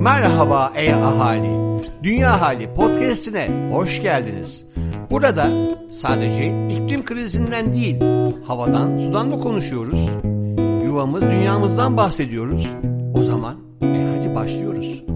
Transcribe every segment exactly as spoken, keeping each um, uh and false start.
Merhaba ey ahali, Dünya Hali Podcast'ine hoş geldiniz. Burada sadece iklim krizinden değil, havadan, sudan da konuşuyoruz. Yuvamız, dünyamızdan bahsediyoruz. O zaman e hadi başlıyoruz.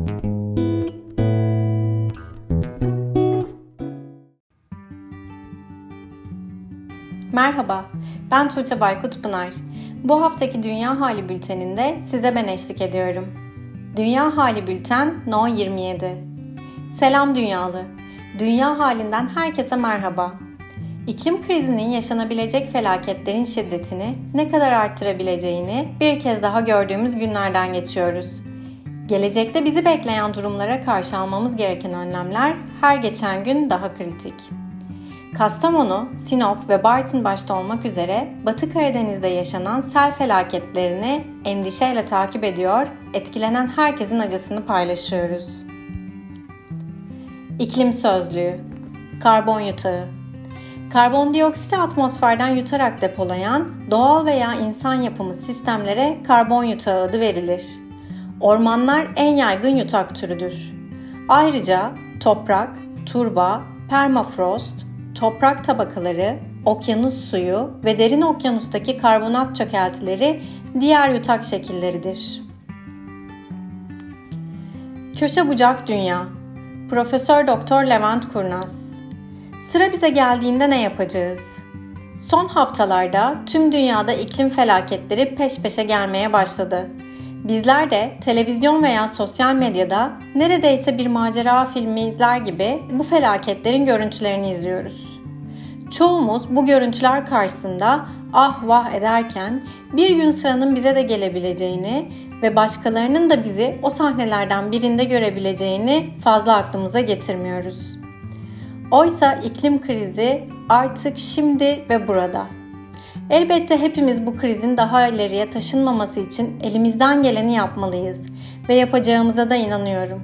Merhaba, ben Tuğçe Baykut Pınar. Bu haftaki Dünya Hali Bülteni'nde size ben eşlik ediyorum. Dünya Hali Bülten No yirmi yedi. Selam dünyalı. Dünya halinden herkese merhaba. İklim krizinin yaşanabilecek felaketlerin şiddetini ne kadar arttırabileceğini bir kez daha gördüğümüz günlerden geçiyoruz. Gelecekte bizi bekleyen durumlara karşı almamız gereken önlemler her geçen gün daha kritik. Kastamonu, Sinop ve Bartın başta olmak üzere Batı Karadeniz'de yaşanan sel felaketlerini endişeyle takip ediyor, etkilenen herkesin acısını paylaşıyoruz. İklim Sözlüğü. Karbon yutağı. Karbondioksiti atmosferden yutarak depolayan doğal veya insan yapımı sistemlere karbon yutağı adı verilir. Ormanlar en yaygın yutak türüdür. Ayrıca toprak, turba, permafrost, toprak tabakaları, okyanus suyu ve derin okyanustaki karbonat çökeltileri diğer yutak şekilleridir. Köşe bucak dünya. Profesör Doktor Levent Kurnaz. Sıra bize geldiğinde ne yapacağız? Son haftalarda tüm dünyada iklim felaketleri peş peşe gelmeye başladı. Bizler de televizyon veya sosyal medyada neredeyse bir macera filmi izler gibi bu felaketlerin görüntülerini izliyoruz. Çoğumuz bu görüntüler karşısında ah vah ederken bir gün sıranın bize de gelebileceğini ve başkalarının da bizi o sahnelerden birinde görebileceğini fazla aklımıza getirmiyoruz. Oysa iklim krizi artık şimdi ve burada. Elbette hepimiz bu krizin daha ileriye taşınmaması için elimizden geleni yapmalıyız ve yapacağımıza da inanıyorum.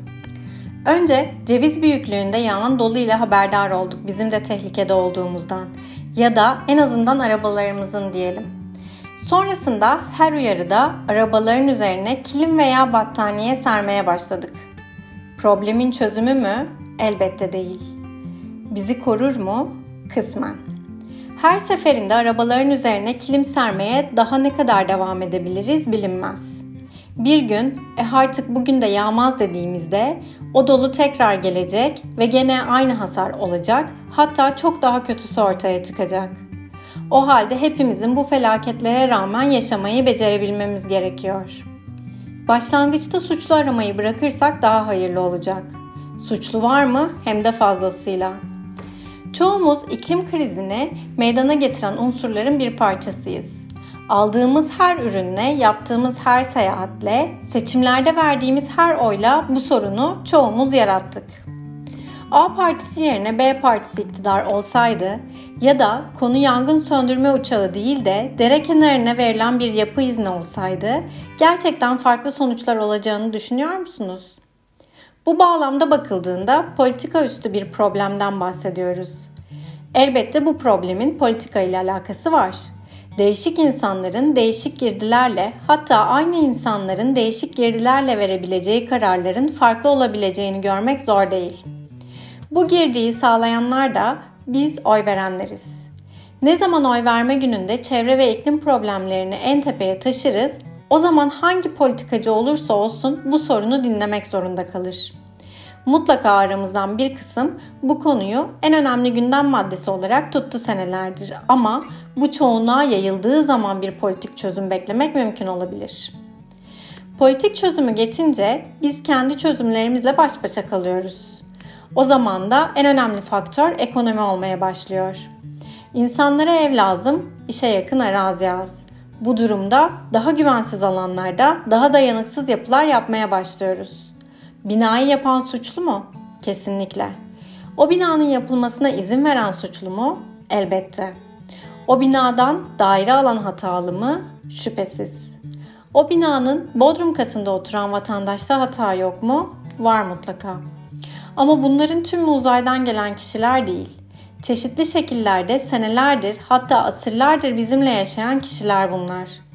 Önce ceviz büyüklüğünde yağan dolu ile haberdar olduk bizim de tehlikede olduğumuzdan ya da en azından arabalarımızın diyelim. Sonrasında her uyarıda arabaların üzerine kilim veya battaniye sermeye başladık. Problemin çözümü mü? Elbette değil. Bizi korur mu? Kısmen. Her seferinde arabaların üzerine kilim sermeye daha ne kadar devam edebiliriz bilinmez. Bir gün e artık bugün de yağmaz dediğimizde o dolu tekrar gelecek ve gene aynı hasar olacak, hatta çok daha kötüsü ortaya çıkacak. O halde hepimizin bu felaketlere rağmen yaşamayı becerebilmemiz gerekiyor. Başlangıçta suçlu aramayı bırakırsak daha hayırlı olacak. Suçlu var mı? Hem de fazlasıyla. Çoğumuz iklim krizini meydana getiren unsurların bir parçasıyız. Aldığımız her ürünle, yaptığımız her seyahatle, seçimlerde verdiğimiz her oyla bu sorunu çoğumuz yarattık. A partisi yerine B partisi iktidar olsaydı ya da konu yangın söndürme uçağı değil de dere kenarına verilen bir yapı izni olsaydı gerçekten farklı sonuçlar olacağını düşünüyor musunuz? Bu bağlamda bakıldığında politika üstü bir problemden bahsediyoruz. Elbette bu problemin politika ile alakası var. Değişik insanların değişik girdilerle, hatta aynı insanların değişik girdilerle verebileceği kararların farklı olabileceğini görmek zor değil. Bu girdiği sağlayanlar da biz oy verenleriz. Ne zaman oy verme gününde çevre ve iklim problemlerini en tepeye taşırız, o zaman hangi politikacı olursa olsun bu sorunu dinlemek zorunda kalır. Mutlaka aramızdan bir kısım bu konuyu en önemli gündem maddesi olarak tuttu senelerdir ama bu çoğunluğa yayıldığı zaman bir politik çözüm beklemek mümkün olabilir. Politik çözümü geçince biz kendi çözümlerimizle baş başa kalıyoruz. O zaman da en önemli faktör ekonomi olmaya başlıyor. İnsanlara ev lazım, işe yakın arazi az. Bu durumda daha güvensiz alanlarda daha dayanıksız yapılar yapmaya başlıyoruz. Binayı yapan suçlu mu? Kesinlikle. O binanın yapılmasına izin veren suçlu mu? Elbette. O binadan daire alan hatalı mı? Şüphesiz. O binanın bodrum katında oturan vatandaşta hata yok mu? Var mutlaka. Ama bunların tümü uzaydan gelen kişiler değil. Çeşitli şekillerde senelerdir, hatta asırlardır bizimle yaşayan kişiler bunlar.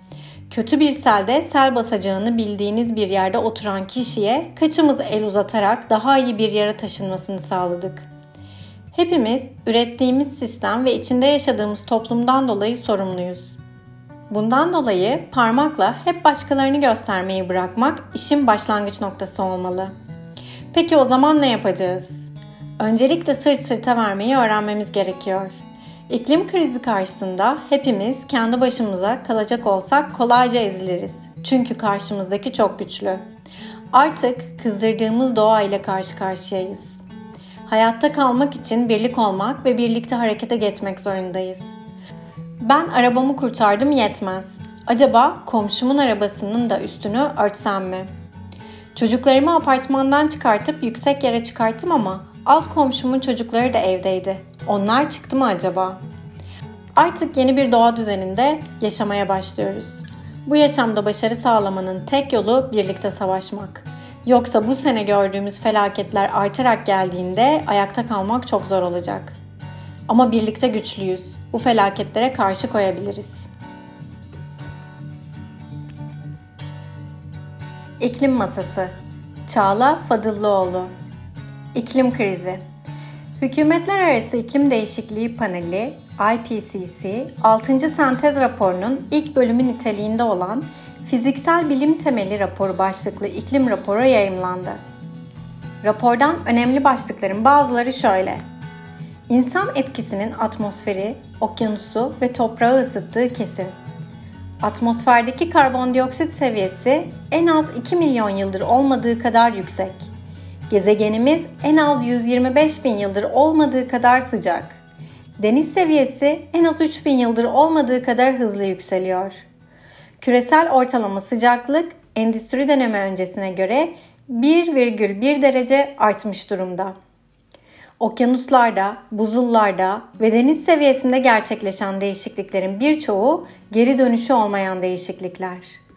Kötü bir selde sel basacağını bildiğiniz bir yerde oturan kişiye kaçımız el uzatarak daha iyi bir yere taşınmasını sağladık? Hepimiz ürettiğimiz sistem ve içinde yaşadığımız toplumdan dolayı sorumluyuz. Bundan dolayı parmakla hep başkalarını göstermeyi bırakmak işin başlangıç noktası olmalı. Peki o zaman ne yapacağız? Öncelikle sırt sırta vermeyi öğrenmemiz gerekiyor. İklim krizi karşısında hepimiz kendi başımıza kalacak olsak kolayca eziliriz. Çünkü karşımızdaki çok güçlü. Artık kızdırdığımız doğa ile karşı karşıyayız. Hayatta kalmak için birlik olmak ve birlikte harekete geçmek zorundayız. Ben arabamı kurtardım yetmez. Acaba komşumun arabasının da üstünü örtsem mi? Çocuklarımı apartmandan çıkartıp yüksek yere çıkarttım ama alt komşumun çocukları da evdeydi. Onlar çıktı mı acaba? Artık yeni bir doğa düzeninde yaşamaya başlıyoruz. Bu yaşamda başarı sağlamanın tek yolu birlikte savaşmak. Yoksa bu sene gördüğümüz felaketler artarak geldiğinde ayakta kalmak çok zor olacak. Ama birlikte güçlüyüz. Bu felaketlere karşı koyabiliriz. İklim Masası. Çağla Fadıllıoğlu. İklim krizi. Hükümetler Arası İklim Değişikliği Paneli I P C C, altıncı sentez raporunun ilk bölümü niteliğinde olan Fiziksel Bilim Temeli raporu başlıklı iklim raporu yayımlandı. Rapordan önemli başlıkların bazıları şöyle. İnsan etkisinin atmosferi, okyanusu ve toprağı ısıttığı kesin. Atmosferdeki karbondioksit seviyesi en az iki milyon yıldır olmadığı kadar yüksek. Gezegenimiz en az yüz yirmi beş bin yıldır olmadığı kadar sıcak. Deniz seviyesi en az üç bin yıldır olmadığı kadar hızlı yükseliyor. Küresel ortalama sıcaklık endüstri dönemi öncesine göre bir virgül bir derece artmış durumda. Okyanuslarda, buzullarda ve deniz seviyesinde gerçekleşen değişikliklerin birçoğu geri dönüşü olmayan değişiklikler.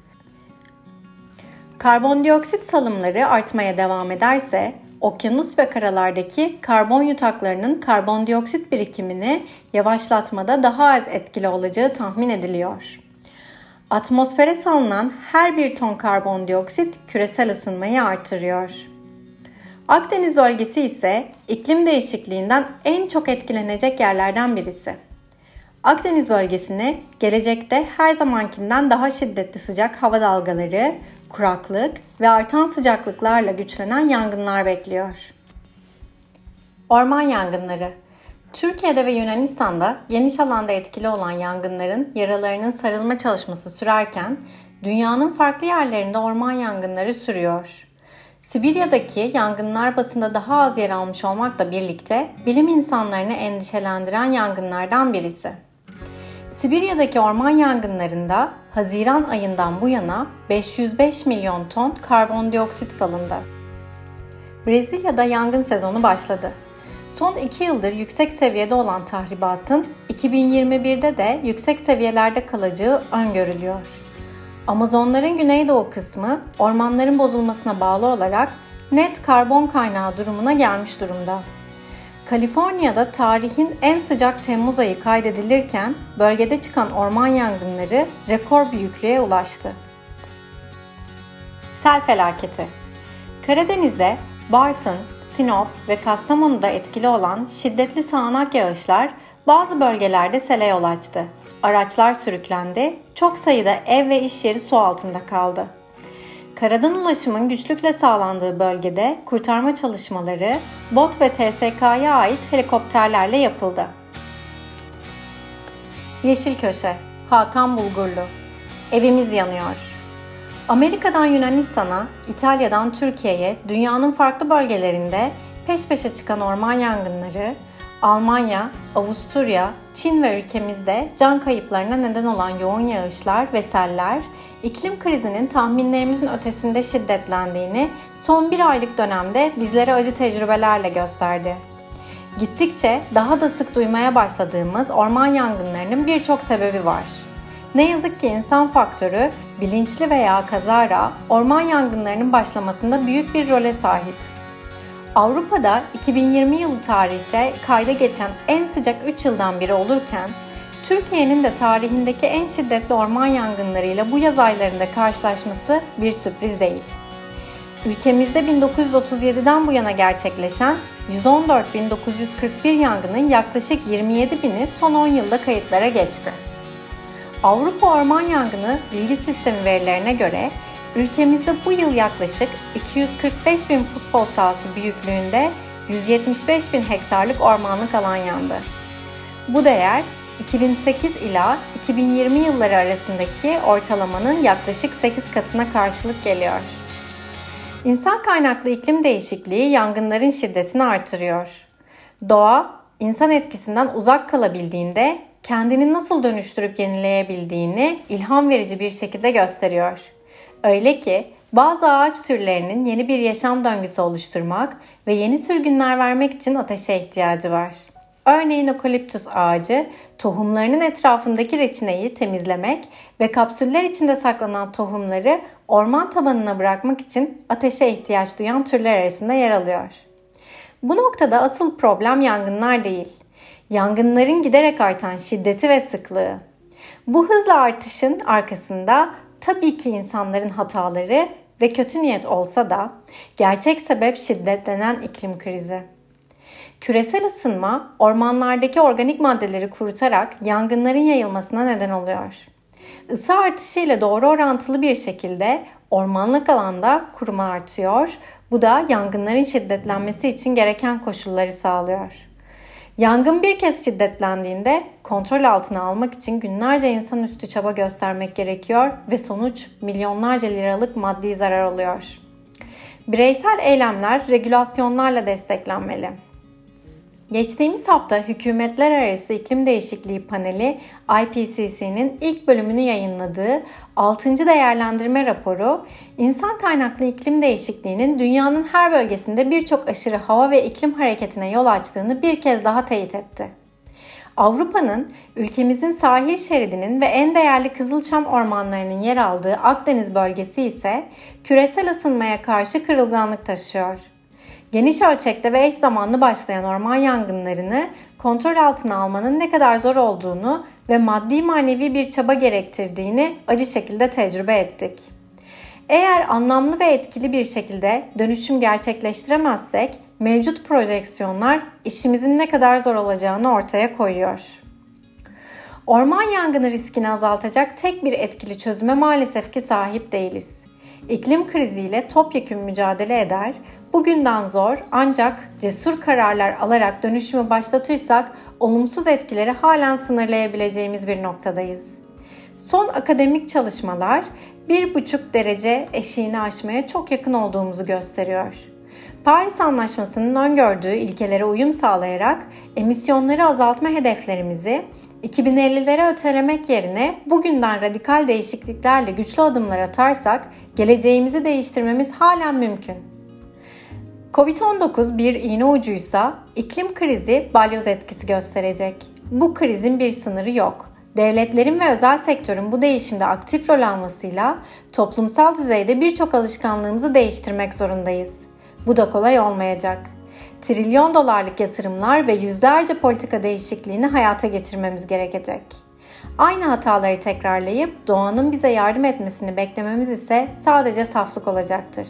Karbondioksit salımları artmaya devam ederse, okyanus ve karalardaki karbon yutaklarının karbondioksit birikimini yavaşlatmada daha az etkili olacağı tahmin ediliyor. Atmosfere salınan her bir ton karbondioksit küresel ısınmayı artırıyor. Akdeniz bölgesi ise iklim değişikliğinden en çok etkilenecek yerlerden birisi. Akdeniz bölgesini gelecekte her zamankinden daha şiddetli sıcak hava dalgaları, kuraklık ve artan sıcaklıklarla güçlenen yangınlar bekliyor. Orman yangınları. Türkiye'de ve Yunanistan'da geniş alanda etkili olan yangınların yaralarının sarılma çalışması sürerken dünyanın farklı yerlerinde orman yangınları sürüyor. Sibirya'daki yangınlar basında daha az yer almış olmakla birlikte bilim insanlarını endişelendiren yangınlardan birisi. Sibirya'daki orman yangınlarında Haziran ayından bu yana beş yüz beş milyon ton karbondioksit salındı. Brezilya'da yangın sezonu başladı. Son iki yıldır yüksek seviyede olan tahribatın iki bin yirmi birde de yüksek seviyelerde kalacağı öngörülüyor. Amazonların güneydoğu kısmı ormanların bozulmasına bağlı olarak net karbon kaynağı durumuna gelmiş durumda. Kaliforniya'da tarihin en sıcak Temmuz ayı kaydedilirken bölgede çıkan orman yangınları rekor büyüklüğe ulaştı. Sel felaketi. Karadeniz'de Bartın, Sinop ve Kastamonu'da etkili olan şiddetli sağanak yağışlar bazı bölgelerde sele yol açtı. Araçlar sürüklendi, çok sayıda ev ve iş yeri su altında kaldı. Karadan ulaşımın güçlükle sağlandığı bölgede kurtarma çalışmaları bot ve T S K'ya ait helikopterlerle yapıldı. Yeşil Köşe, Hakan Bulgurlu. Evimiz yanıyor. Amerika'dan Yunanistan'a, İtalya'dan Türkiye'ye dünyanın farklı bölgelerinde peş peşe çıkan orman yangınları, Almanya, Avusturya, Çin ve ülkemizde can kayıplarına neden olan yoğun yağışlar ve seller, iklim krizinin tahminlerimizin ötesinde şiddetlendiğini son bir aylık dönemde bizlere acı tecrübelerle gösterdi. Gittikçe daha da sık duymaya başladığımız orman yangınlarının birçok sebebi var. Ne yazık ki insan faktörü bilinçli veya kazara orman yangınlarının başlamasında büyük bir role sahip. Avrupa'da iki bin yirmi yılı tarihte kayda geçen en sıcak üç yıldan biri olurken Türkiye'nin de tarihindeki en şiddetli orman yangınlarıyla bu yaz aylarında karşılaşması bir sürpriz değil. Ülkemizde bin dokuz yüz otuz yediden bu yana gerçekleşen yüz on dört bin dokuz yüz kırk bir yangının yaklaşık yirmi yedi bini son on yılda kayıtlara geçti. Avrupa Orman Yangını Bilgi Sistemi verilerine göre ülkemizde bu yıl yaklaşık iki yüz kırk beş bin futbol sahası büyüklüğünde yüz yetmiş beş bin hektarlık ormanlık alan yandı. Bu değer iki bin sekiz ila iki bin yirmi yılları arasındaki ortalamanın yaklaşık sekiz katına karşılık geliyor. İnsan kaynaklı iklim değişikliği yangınların şiddetini artırıyor. Doğa, insan etkisinden uzak kalabildiğinde kendini nasıl dönüştürüp yenileyebildiğini ilham verici bir şekilde gösteriyor. Öyle ki bazı ağaç türlerinin yeni bir yaşam döngüsü oluşturmak ve yeni sürgünler vermek için ateşe ihtiyacı var. Örneğin okaliptüs ağacı, tohumlarının etrafındaki reçineyi temizlemek ve kapsüller içinde saklanan tohumları orman tabanına bırakmak için ateşe ihtiyaç duyan türler arasında yer alıyor. Bu noktada asıl problem yangınlar değil, yangınların giderek artan şiddeti ve sıklığı. Bu hızla artışın arkasında tabii ki insanların hataları ve kötü niyet olsa da gerçek sebep şiddetlenen iklim krizi. Küresel ısınma, ormanlardaki organik maddeleri kurutarak yangınların yayılmasına neden oluyor. Isı artışı ile doğru orantılı bir şekilde ormanlık alanda kuruma artıyor. Bu da yangınların şiddetlenmesi için gereken koşulları sağlıyor. Yangın bir kez şiddetlendiğinde kontrol altına almak için günlerce insanüstü çaba göstermek gerekiyor ve sonuç milyonlarca liralık maddi zarar oluyor. Bireysel eylemler regülasyonlarla desteklenmeli. Geçtiğimiz hafta Hükümetler Arası İklim Değişikliği Paneli I P C C'nin ilk bölümünü yayınladığı altıncı değerlendirme raporu, insan kaynaklı iklim değişikliğinin dünyanın her bölgesinde birçok aşırı hava ve iklim hareketine yol açtığını bir kez daha teyit etti. Avrupa'nın, ülkemizin sahil şeridinin ve en değerli Kızılçam ormanlarının yer aldığı Akdeniz bölgesi ise küresel ısınmaya karşı kırılganlık taşıyor. Geniş ölçekte ve eş zamanlı başlayan orman yangınlarını kontrol altına almanın ne kadar zor olduğunu ve maddi manevi bir çaba gerektirdiğini acı şekilde tecrübe ettik. Eğer anlamlı ve etkili bir şekilde dönüşüm gerçekleştiremezsek, mevcut projeksiyonlar işimizin ne kadar zor olacağını ortaya koyuyor. Orman yangını riskini azaltacak tek bir etkili çözüme maalesef ki sahip değiliz. İklim kriziyle topyekün mücadele eder, bugünden zor ancak cesur kararlar alarak dönüşümü başlatırsak olumsuz etkileri halen sınırlayabileceğimiz bir noktadayız. Son akademik çalışmalar bir buçuk derece eşiğini aşmaya çok yakın olduğumuzu gösteriyor. Paris Anlaşması'nın öngördüğü ilkelere uyum sağlayarak emisyonları azaltma hedeflerimizi iki bin ellilere ötelemek yerine bugünden radikal değişikliklerle güçlü adımlar atarsak geleceğimizi değiştirmemiz halen mümkün. kovid on dokuz bir iğne ucuysa iklim krizi balyoz etkisi gösterecek. Bu krizin bir sınırı yok. Devletlerin ve özel sektörün bu değişimde aktif rol almasıyla toplumsal düzeyde birçok alışkanlığımızı değiştirmek zorundayız. Bu da kolay olmayacak. Trilyon dolarlık yatırımlar ve yüzlerce politika değişikliğini hayata getirmemiz gerekecek. Aynı hataları tekrarlayıp doğanın bize yardım etmesini beklememiz ise sadece saflık olacaktır.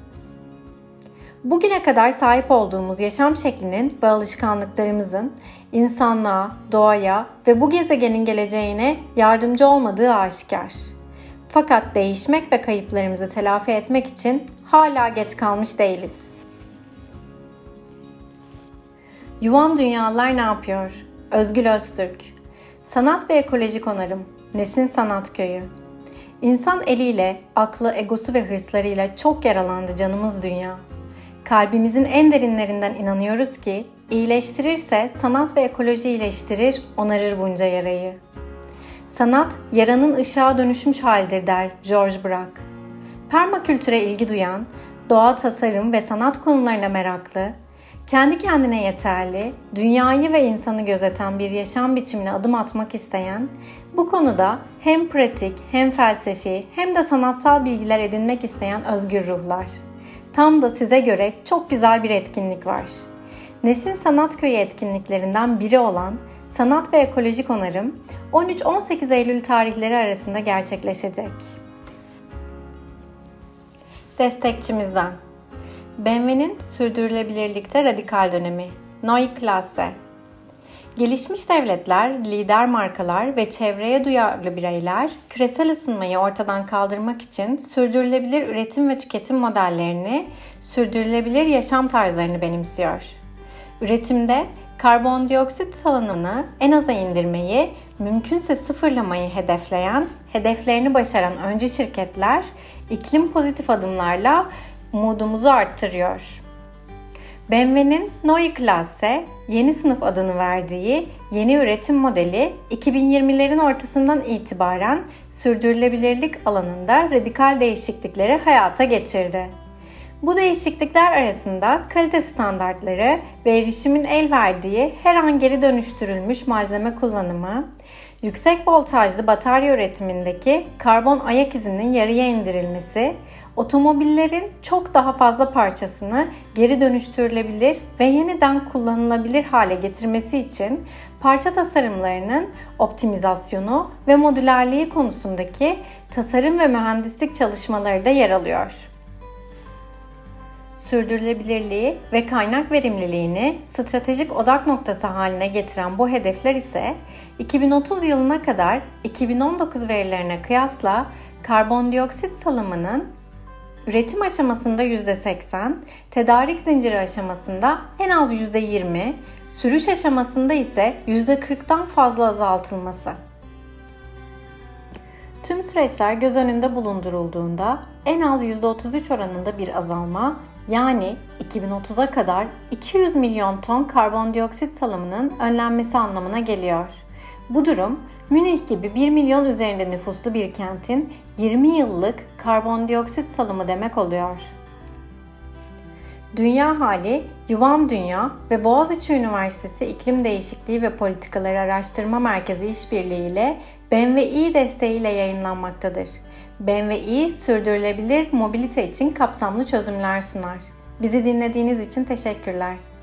Bugüne kadar sahip olduğumuz yaşam şeklinin ve alışkanlıklarımızın insanlığa, doğaya ve bu gezegenin geleceğine yardımcı olmadığı aşikar. Fakat değişmek ve kayıplarımızı telafi etmek için hala geç kalmış değiliz. Yuvam Dünyalılar ne yapıyor? Özgül Öztürk. Sanat ve ekolojik onarım. Nesin Sanat Köyü. İnsan eliyle, aklı, egosu ve hırslarıyla çok yaralandı canımız dünya. Kalbimizin en derinlerinden inanıyoruz ki iyileştirirse sanat ve ekoloji iyileştirir, onarır bunca yarayı. Sanat, yaranın ışığa dönüşmüş halidir der George Braque. Permakültüre ilgi duyan, doğa, tasarım ve sanat konularına meraklı, kendi kendine yeterli, dünyayı ve insanı gözeten bir yaşam biçimine adım atmak isteyen, bu konuda hem pratik hem felsefi hem de sanatsal bilgiler edinmek isteyen özgür ruhlar. Tam da size göre çok güzel bir etkinlik var. Nesin Sanat Köyü etkinliklerinden biri olan sanat ve ekolojik onarım on üç on sekiz Eylül tarihleri arasında gerçekleşecek. Destekçimizden B M W'nin sürdürülebilirlikte radikal dönemi Neue Klasse. Gelişmiş devletler, lider markalar ve çevreye duyarlı bireyler küresel ısınmayı ortadan kaldırmak için sürdürülebilir üretim ve tüketim modellerini, sürdürülebilir yaşam tarzlarını benimsiyor. Üretimde karbondioksit salınımını en aza indirmeyi, mümkünse sıfırlamayı hedefleyen, hedeflerini başaran öncü şirketler iklim pozitif adımlarla umudumuzu arttırıyor. B M W'nin Neue Klasse, yeni sınıf adını verdiği yeni üretim modeli iki bin yirmilerin ortasından itibaren sürdürülebilirlik alanında radikal değişiklikleri hayata geçirdi. Bu değişiklikler arasında kalite standartları ve erişimin el verdiği her an geri dönüştürülmüş malzeme kullanımı, yüksek voltajlı batarya üretimindeki karbon ayak izinin yarıya indirilmesi, otomobillerin çok daha fazla parçasını geri dönüştürülebilir ve yeniden kullanılabilir hale getirmesi için parça tasarımlarının optimizasyonu ve modülerliği konusundaki tasarım ve mühendislik çalışmaları da yer alıyor. Sürdürülebilirliği ve kaynak verimliliğini stratejik odak noktası haline getiren bu hedefler ise iki bin otuz yılına kadar iki bin on dokuz verilerine kıyasla karbondioksit salımının üretim aşamasında yüzde seksen, tedarik zinciri aşamasında en az yüzde yirmi, sürüş aşamasında ise yüzde kırktan fazla azaltılması. Tüm süreçler göz önünde bulundurulduğunda en az yüzde otuz üç oranında bir azalma, yani iki bin otuza kadar iki yüz milyon ton karbondioksit salımının önlenmesi anlamına geliyor. Bu durum, Münih gibi bir milyon üzerinde nüfuslu bir kentin yirmi yıllık karbondioksit salımı demek oluyor. Dünya Hali, Yuvam Dünya ve Boğaziçi Üniversitesi İklim Değişikliği ve Politikaları Araştırma Merkezi işbirliğiyle B M W i desteğiyle yayınlanmaktadır. B M W i sürdürülebilir mobilite için kapsamlı çözümler sunar. Bizi dinlediğiniz için teşekkürler.